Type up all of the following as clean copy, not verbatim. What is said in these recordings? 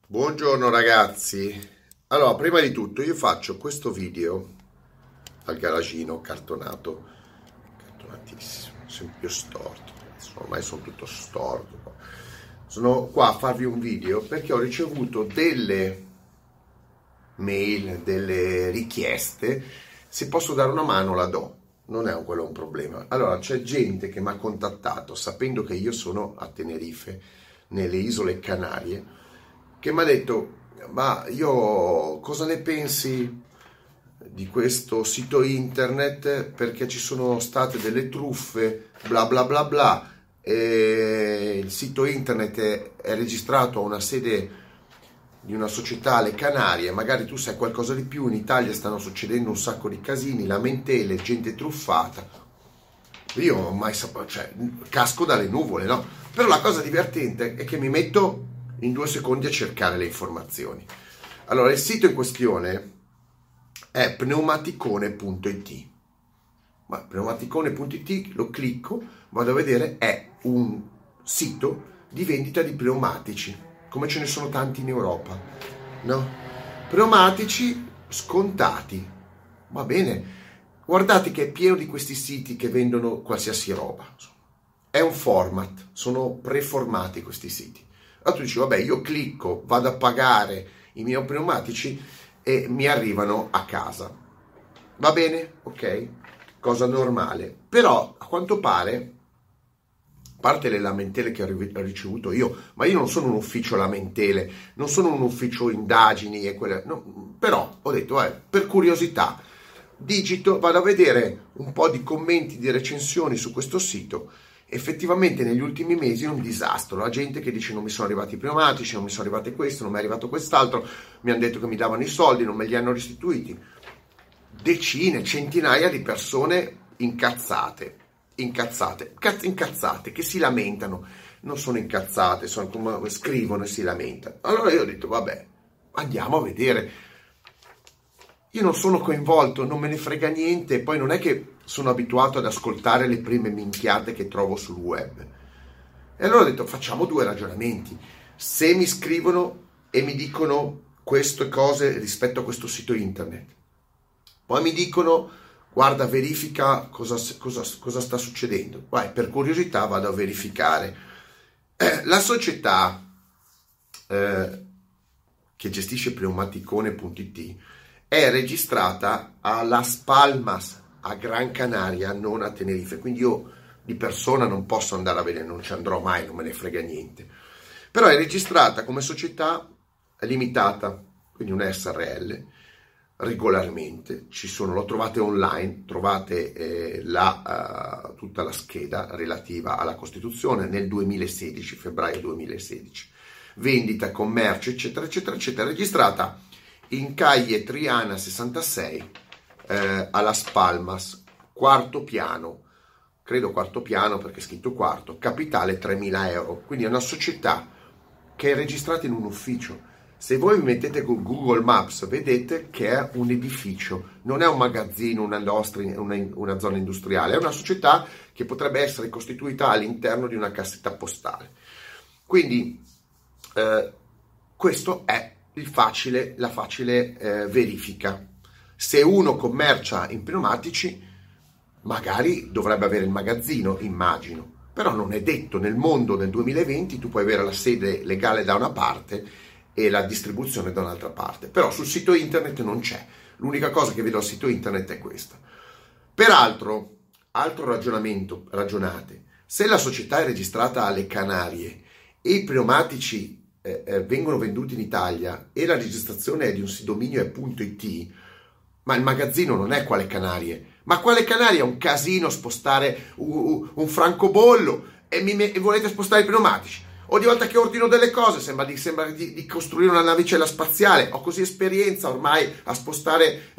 Buongiorno ragazzi. Allora, prima di tutto io faccio questo video al garagino cartonatissimo, sempre storto, ormai sono tutto storto. Sono qua a farvi un video perché ho ricevuto delle mail, delle richieste. Se posso dare una mano la do, non è quello un problema. Allora, c'è gente che mi ha contattato sapendo che io sono a Tenerife, nelle isole Canarie, che mi ha detto: ma io cosa ne pensi di questo sito internet, perché ci sono state delle truffe, bla bla bla bla, e il sito internet è registrato a una sede di una società alle Canarie, magari tu sai qualcosa di più, in Italia stanno succedendo un sacco di casini, lamentele, gente truffata. Io non ho mai saputo, cioè, casco dalle nuvole, no? Però la cosa divertente è che mi metto in 2 secondi a cercare le informazioni. Allora, il sito in questione è pneumaticone.it. Ma pneumaticone.it lo clicco, vado a vedere, è un sito di vendita di pneumatici, come ce ne sono tanti in Europa, no? Pneumatici scontati. Va bene. Guardate che è pieno di questi siti che vendono qualsiasi roba. È un format, sono preformati questi siti. Allora tu dici, vabbè, io clicco, vado a pagare i miei pneumatici e mi arrivano a casa. Va bene? Ok? Cosa normale. Però, a quanto pare, a parte le lamentele che ho ricevuto io, ma io non sono un ufficio lamentele, non sono un ufficio indagini e quelle, no, però ho detto, per curiosità, digito, vado a vedere un po' di commenti, di recensioni su questo sito. Effettivamente negli ultimi mesi è un disastro, la gente che dice non mi sono arrivati i pneumatici, non mi sono arrivati questo, non mi è arrivato quest'altro, mi hanno detto che mi davano i soldi, non me li hanno restituiti. Decine, centinaia di persone incazzate, che si lamentano, non sono incazzate, sono come scrivono e si lamentano. Allora io ho detto, vabbè, andiamo a vedere. Io non sono coinvolto, non me ne frega niente, poi non è che sono abituato ad ascoltare le prime minchiate che trovo sul web. E allora ho detto, facciamo 2 ragionamenti. Se mi scrivono e mi dicono queste cose rispetto a questo sito internet, poi mi dicono, guarda, verifica cosa sta succedendo. Vai, per curiosità vado a verificare. La società che gestisce pneumaticone.it è registrata a Las Palmas, a Gran Canaria, non a Tenerife, quindi io di persona non posso andare a vedere, non ci andrò mai, non me ne frega niente. Però è registrata come società limitata, quindi un SRL, regolarmente, lo trovate online, trovate tutta la scheda relativa alla Costituzione nel 2016, febbraio 2016, vendita, commercio, eccetera, eccetera, eccetera, registrata in Calle Triana 66 a Las Palmas, quarto piano, credo quarto piano perché è scritto quarto, capitale 3.000 euro, quindi è una società che è registrata in un ufficio. Se voi vi mettete con Google Maps vedete che è un edificio, non è un magazzino, una zona industriale, è una società che potrebbe essere costituita all'interno di una cassetta postale. Quindi questo è la facile verifica. Se uno commercia in pneumatici, magari dovrebbe avere il magazzino, immagino, però non è detto. Nel mondo del 2020 tu puoi avere la sede legale da una parte e la distribuzione da un'altra parte, però sul sito internet non c'è. L'unica cosa che vedo al sito internet è questa. Peraltro, altro ragionamento, ragionate, se la società è registrata alle Canarie e i pneumatici vengono venduti in Italia e la registrazione è di un dominio è .it, ma il magazzino non è quale Canarie, ma quale Canarie è un casino spostare un francobollo e volete spostare i pneumatici. Ogni volta che ordino delle cose sembra di costruire una navicella spaziale. Ho così esperienza ormai a spostare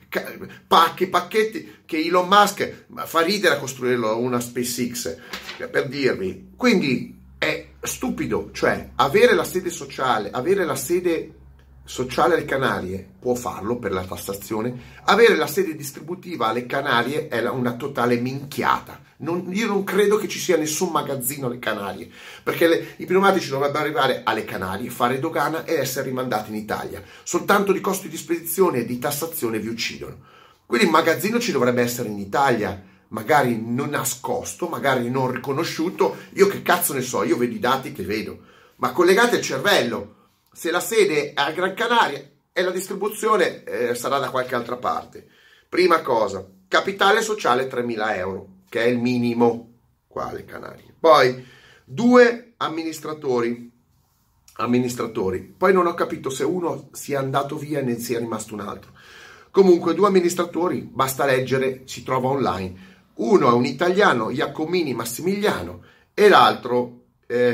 pacchetti che Elon Musk fa ridere a costruirlo una SpaceX, per dirvi. Quindi è stupido, cioè avere la sede sociale, avere la sede sociale alle Canarie può farlo per la tassazione. Avere la sede distributiva alle Canarie è una totale minchiata. Io non credo che ci sia nessun magazzino alle Canarie, perché i pneumatici dovrebbero arrivare alle Canarie, fare dogana e essere rimandati in Italia. Soltanto di costi di spedizione e di tassazione vi uccidono. Quindi il magazzino ci dovrebbe essere in Italia, magari non nascosto, magari non riconosciuto. Io che cazzo ne so, io vedo i dati che vedo, ma collegate il cervello. Se la sede è a Gran Canaria e la distribuzione sarà da qualche altra parte. Prima cosa, capitale sociale 3.000 euro, che è il minimo qua alle Canarie. Poi 2 amministratori. Poi non ho capito se uno sia andato via e ne sia rimasto un altro. Comunque 2 amministratori, basta leggere, si trova online. Uno è un italiano, Iacomini Massimiliano, e l'altro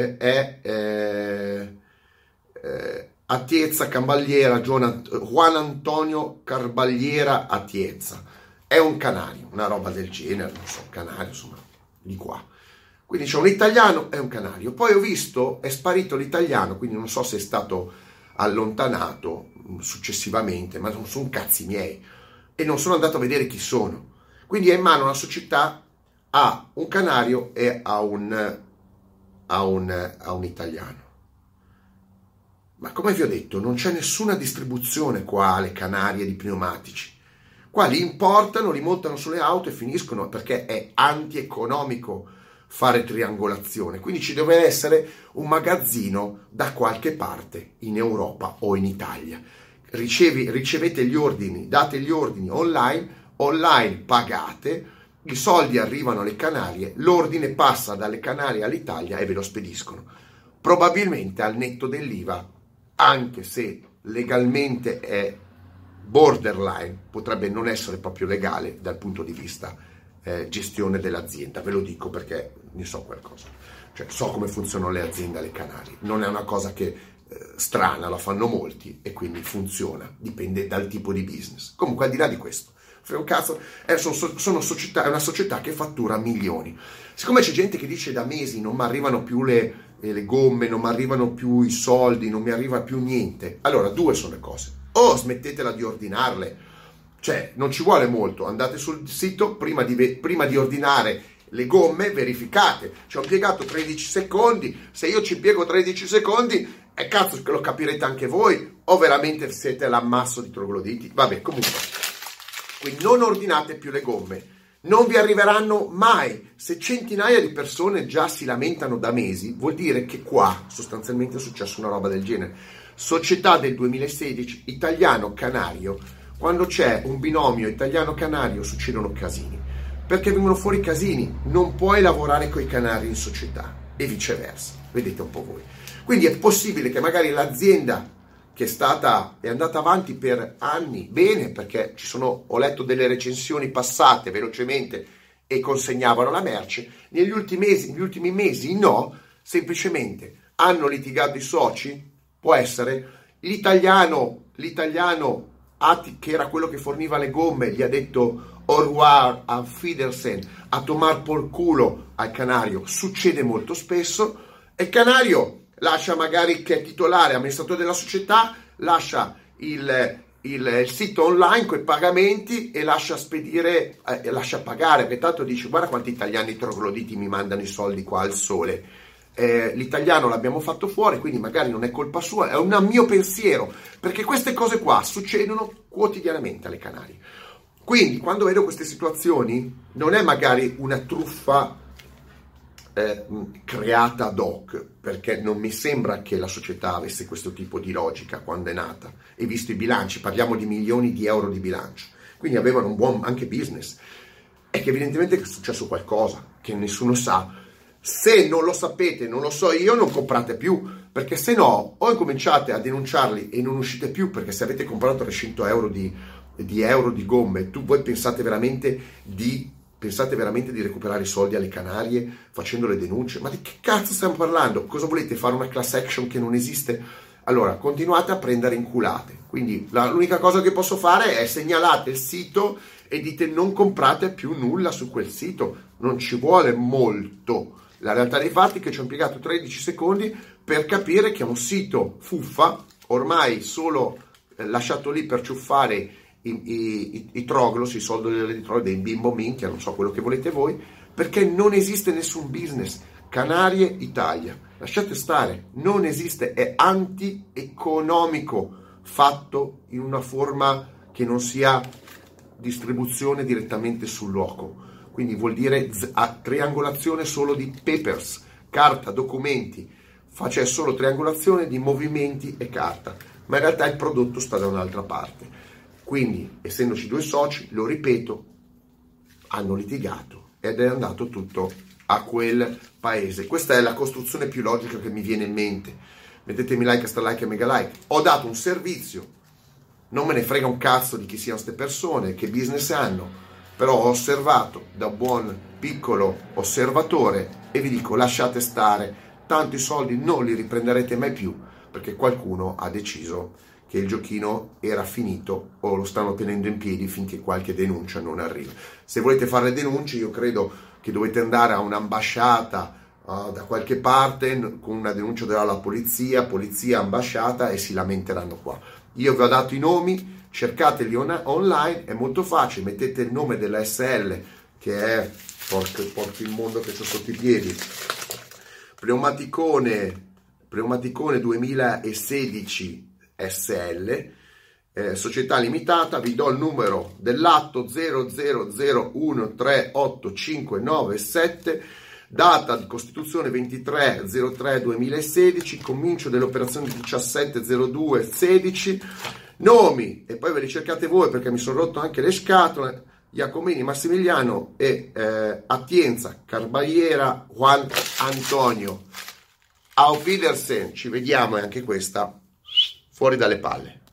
è Atiezza Camballiera, Juan Antonio Carbagliera Atiezza. È un canario, una roba del genere, non so, canario, insomma, di qua. Quindi c'è un italiano e un canario. Poi ho visto, è sparito l'italiano, quindi non so se è stato allontanato successivamente, ma non sono cazzi miei. E non sono andato a vedere chi sono. Quindi è in mano una società a un canario e a un italiano. Ma come vi ho detto, non c'è nessuna distribuzione qua alle Canarie di pneumatici. Qua li importano, li montano sulle auto e finiscono, perché è antieconomico fare triangolazione. Quindi ci deve essere un magazzino da qualche parte in Europa o in Italia. Ricevete gli ordini, date gli ordini online pagate, i soldi arrivano alle Canarie, l'ordine passa dalle Canarie all'Italia e ve lo spediscono. Probabilmente al netto dell'IVA, anche se legalmente è borderline, potrebbe non essere proprio legale dal punto di vista gestione dell'azienda. Ve lo dico perché ne so qualcosa, cioè so come funzionano le aziende alle Canarie. Non è una cosa che strana, la fanno molti e quindi funziona, dipende dal tipo di business. Comunque, al di là di questo, un cazzo, è una società che fattura milioni. Siccome c'è gente che dice da mesi non mi arrivano più le gomme, non mi arrivano più i soldi, non mi arriva più niente, allora 2 sono le cose: o smettetela di ordinarle, cioè non ci vuole molto, andate sul sito, prima di ordinare le gomme verificate, ci ho impiegato 13 secondi, se io ci impiego 13 secondi, cazzo che lo capirete anche voi, o veramente siete l'ammasso di trogloditi. Vabbè, comunque, quindi non ordinate più le gomme, non vi arriveranno mai. Se centinaia di persone già si lamentano da mesi, vuol dire che qua sostanzialmente è successo una roba del genere. Società del 2016, italiano-canario. Quando c'è un binomio italiano-canario succedono casini, perché vengono fuori casini. Non puoi lavorare coi canari in società e viceversa, vedete un po' voi. Quindi è possibile che magari l'azienda che è andata avanti per anni bene, perché ho letto delle recensioni passate velocemente e consegnavano la merce, negli ultimi mesi no, semplicemente hanno litigato i soci. Può essere l'italiano che era quello che forniva le gomme, gli ha detto au revoir, a Fidersen, a tomar por culo al canario. Succede molto spesso, e il canario lascia, magari, che è titolare, amministratore della società, lascia il sito online con i pagamenti e lascia spedire, lascia pagare, perché tanto dice: guarda quanti italiani trogloditi mi mandano i soldi qua al sole. L'italiano l'abbiamo fatto fuori, quindi magari non è colpa sua, è un mio pensiero, perché queste cose qua succedono quotidianamente alle Canarie. Quindi quando vedo queste situazioni non è magari una truffa creata ad hoc, perché non mi sembra che la società avesse questo tipo di logica quando è nata, e visto i bilanci, parliamo di milioni di euro di bilancio, quindi avevano un buon anche business. È che evidentemente è successo qualcosa che nessuno sa. Se non lo sapete, non lo so io, non comprate più, perché se no o incominciate a denunciarli e non uscite più, perché se avete comprato 300 euro di gomme, voi pensate veramente di recuperare i soldi alle Canarie facendo le denunce? Ma di che cazzo stiamo parlando? Cosa volete, fare una class action che non esiste? Allora continuate a prendere inculate. Quindi l'unica cosa che posso fare è segnalate il sito e dite: non comprate più nulla su quel sito. Non ci vuole molto. La realtà dei fatti è che ci ho impiegato 13 secondi per capire che è un sito fuffa, ormai solo lasciato lì per ciuffare i troglos, i soldi dei troglos, dei bimbo minchia, non so quello che volete voi, perché non esiste nessun business. Canarie Italia, lasciate stare, non esiste, è anti-economico, fatto in una forma che non sia distribuzione direttamente sul loco, quindi vuol dire triangolazione solo di papers, carta, documenti, c'è solo triangolazione di movimenti e carta, ma in realtà il prodotto sta da un'altra parte. Quindi, essendoci due soci, lo ripeto, hanno litigato ed è andato tutto a quel paese. Questa è la costruzione più logica che mi viene in mente. Mettetemi like, stralike e mega like. Ho dato un servizio, non me ne frega un cazzo di chi siano queste persone, che business hanno, però ho osservato da buon piccolo osservatore e vi dico lasciate stare, tanto i soldi non li riprenderete mai più perché qualcuno ha deciso che il giochino era finito o lo stanno tenendo in piedi finché qualche denuncia non arriva. Se volete fare denunce, io credo che dovete andare a un'ambasciata da qualche parte con una denuncia della polizia, ambasciata, e si lamenteranno qua. Io vi ho dato i nomi, cercateli online, è molto facile, mettete il nome della SL che è porco il mondo che c'ho sotto i piedi, Pneumaticone 2016 SL, società limitata, vi do il numero dell'atto 0001385997, data di costituzione 23/03/2016, comincio delle operazioni 17/02/16, nomi, e poi ve li cercate voi perché mi sono rotto anche le scatole: Iacomini Massimiliano e Atienza Carbaiera Juan Antonio. Auf Wiedersehen, ci vediamo, e anche questa fuori dalle palle.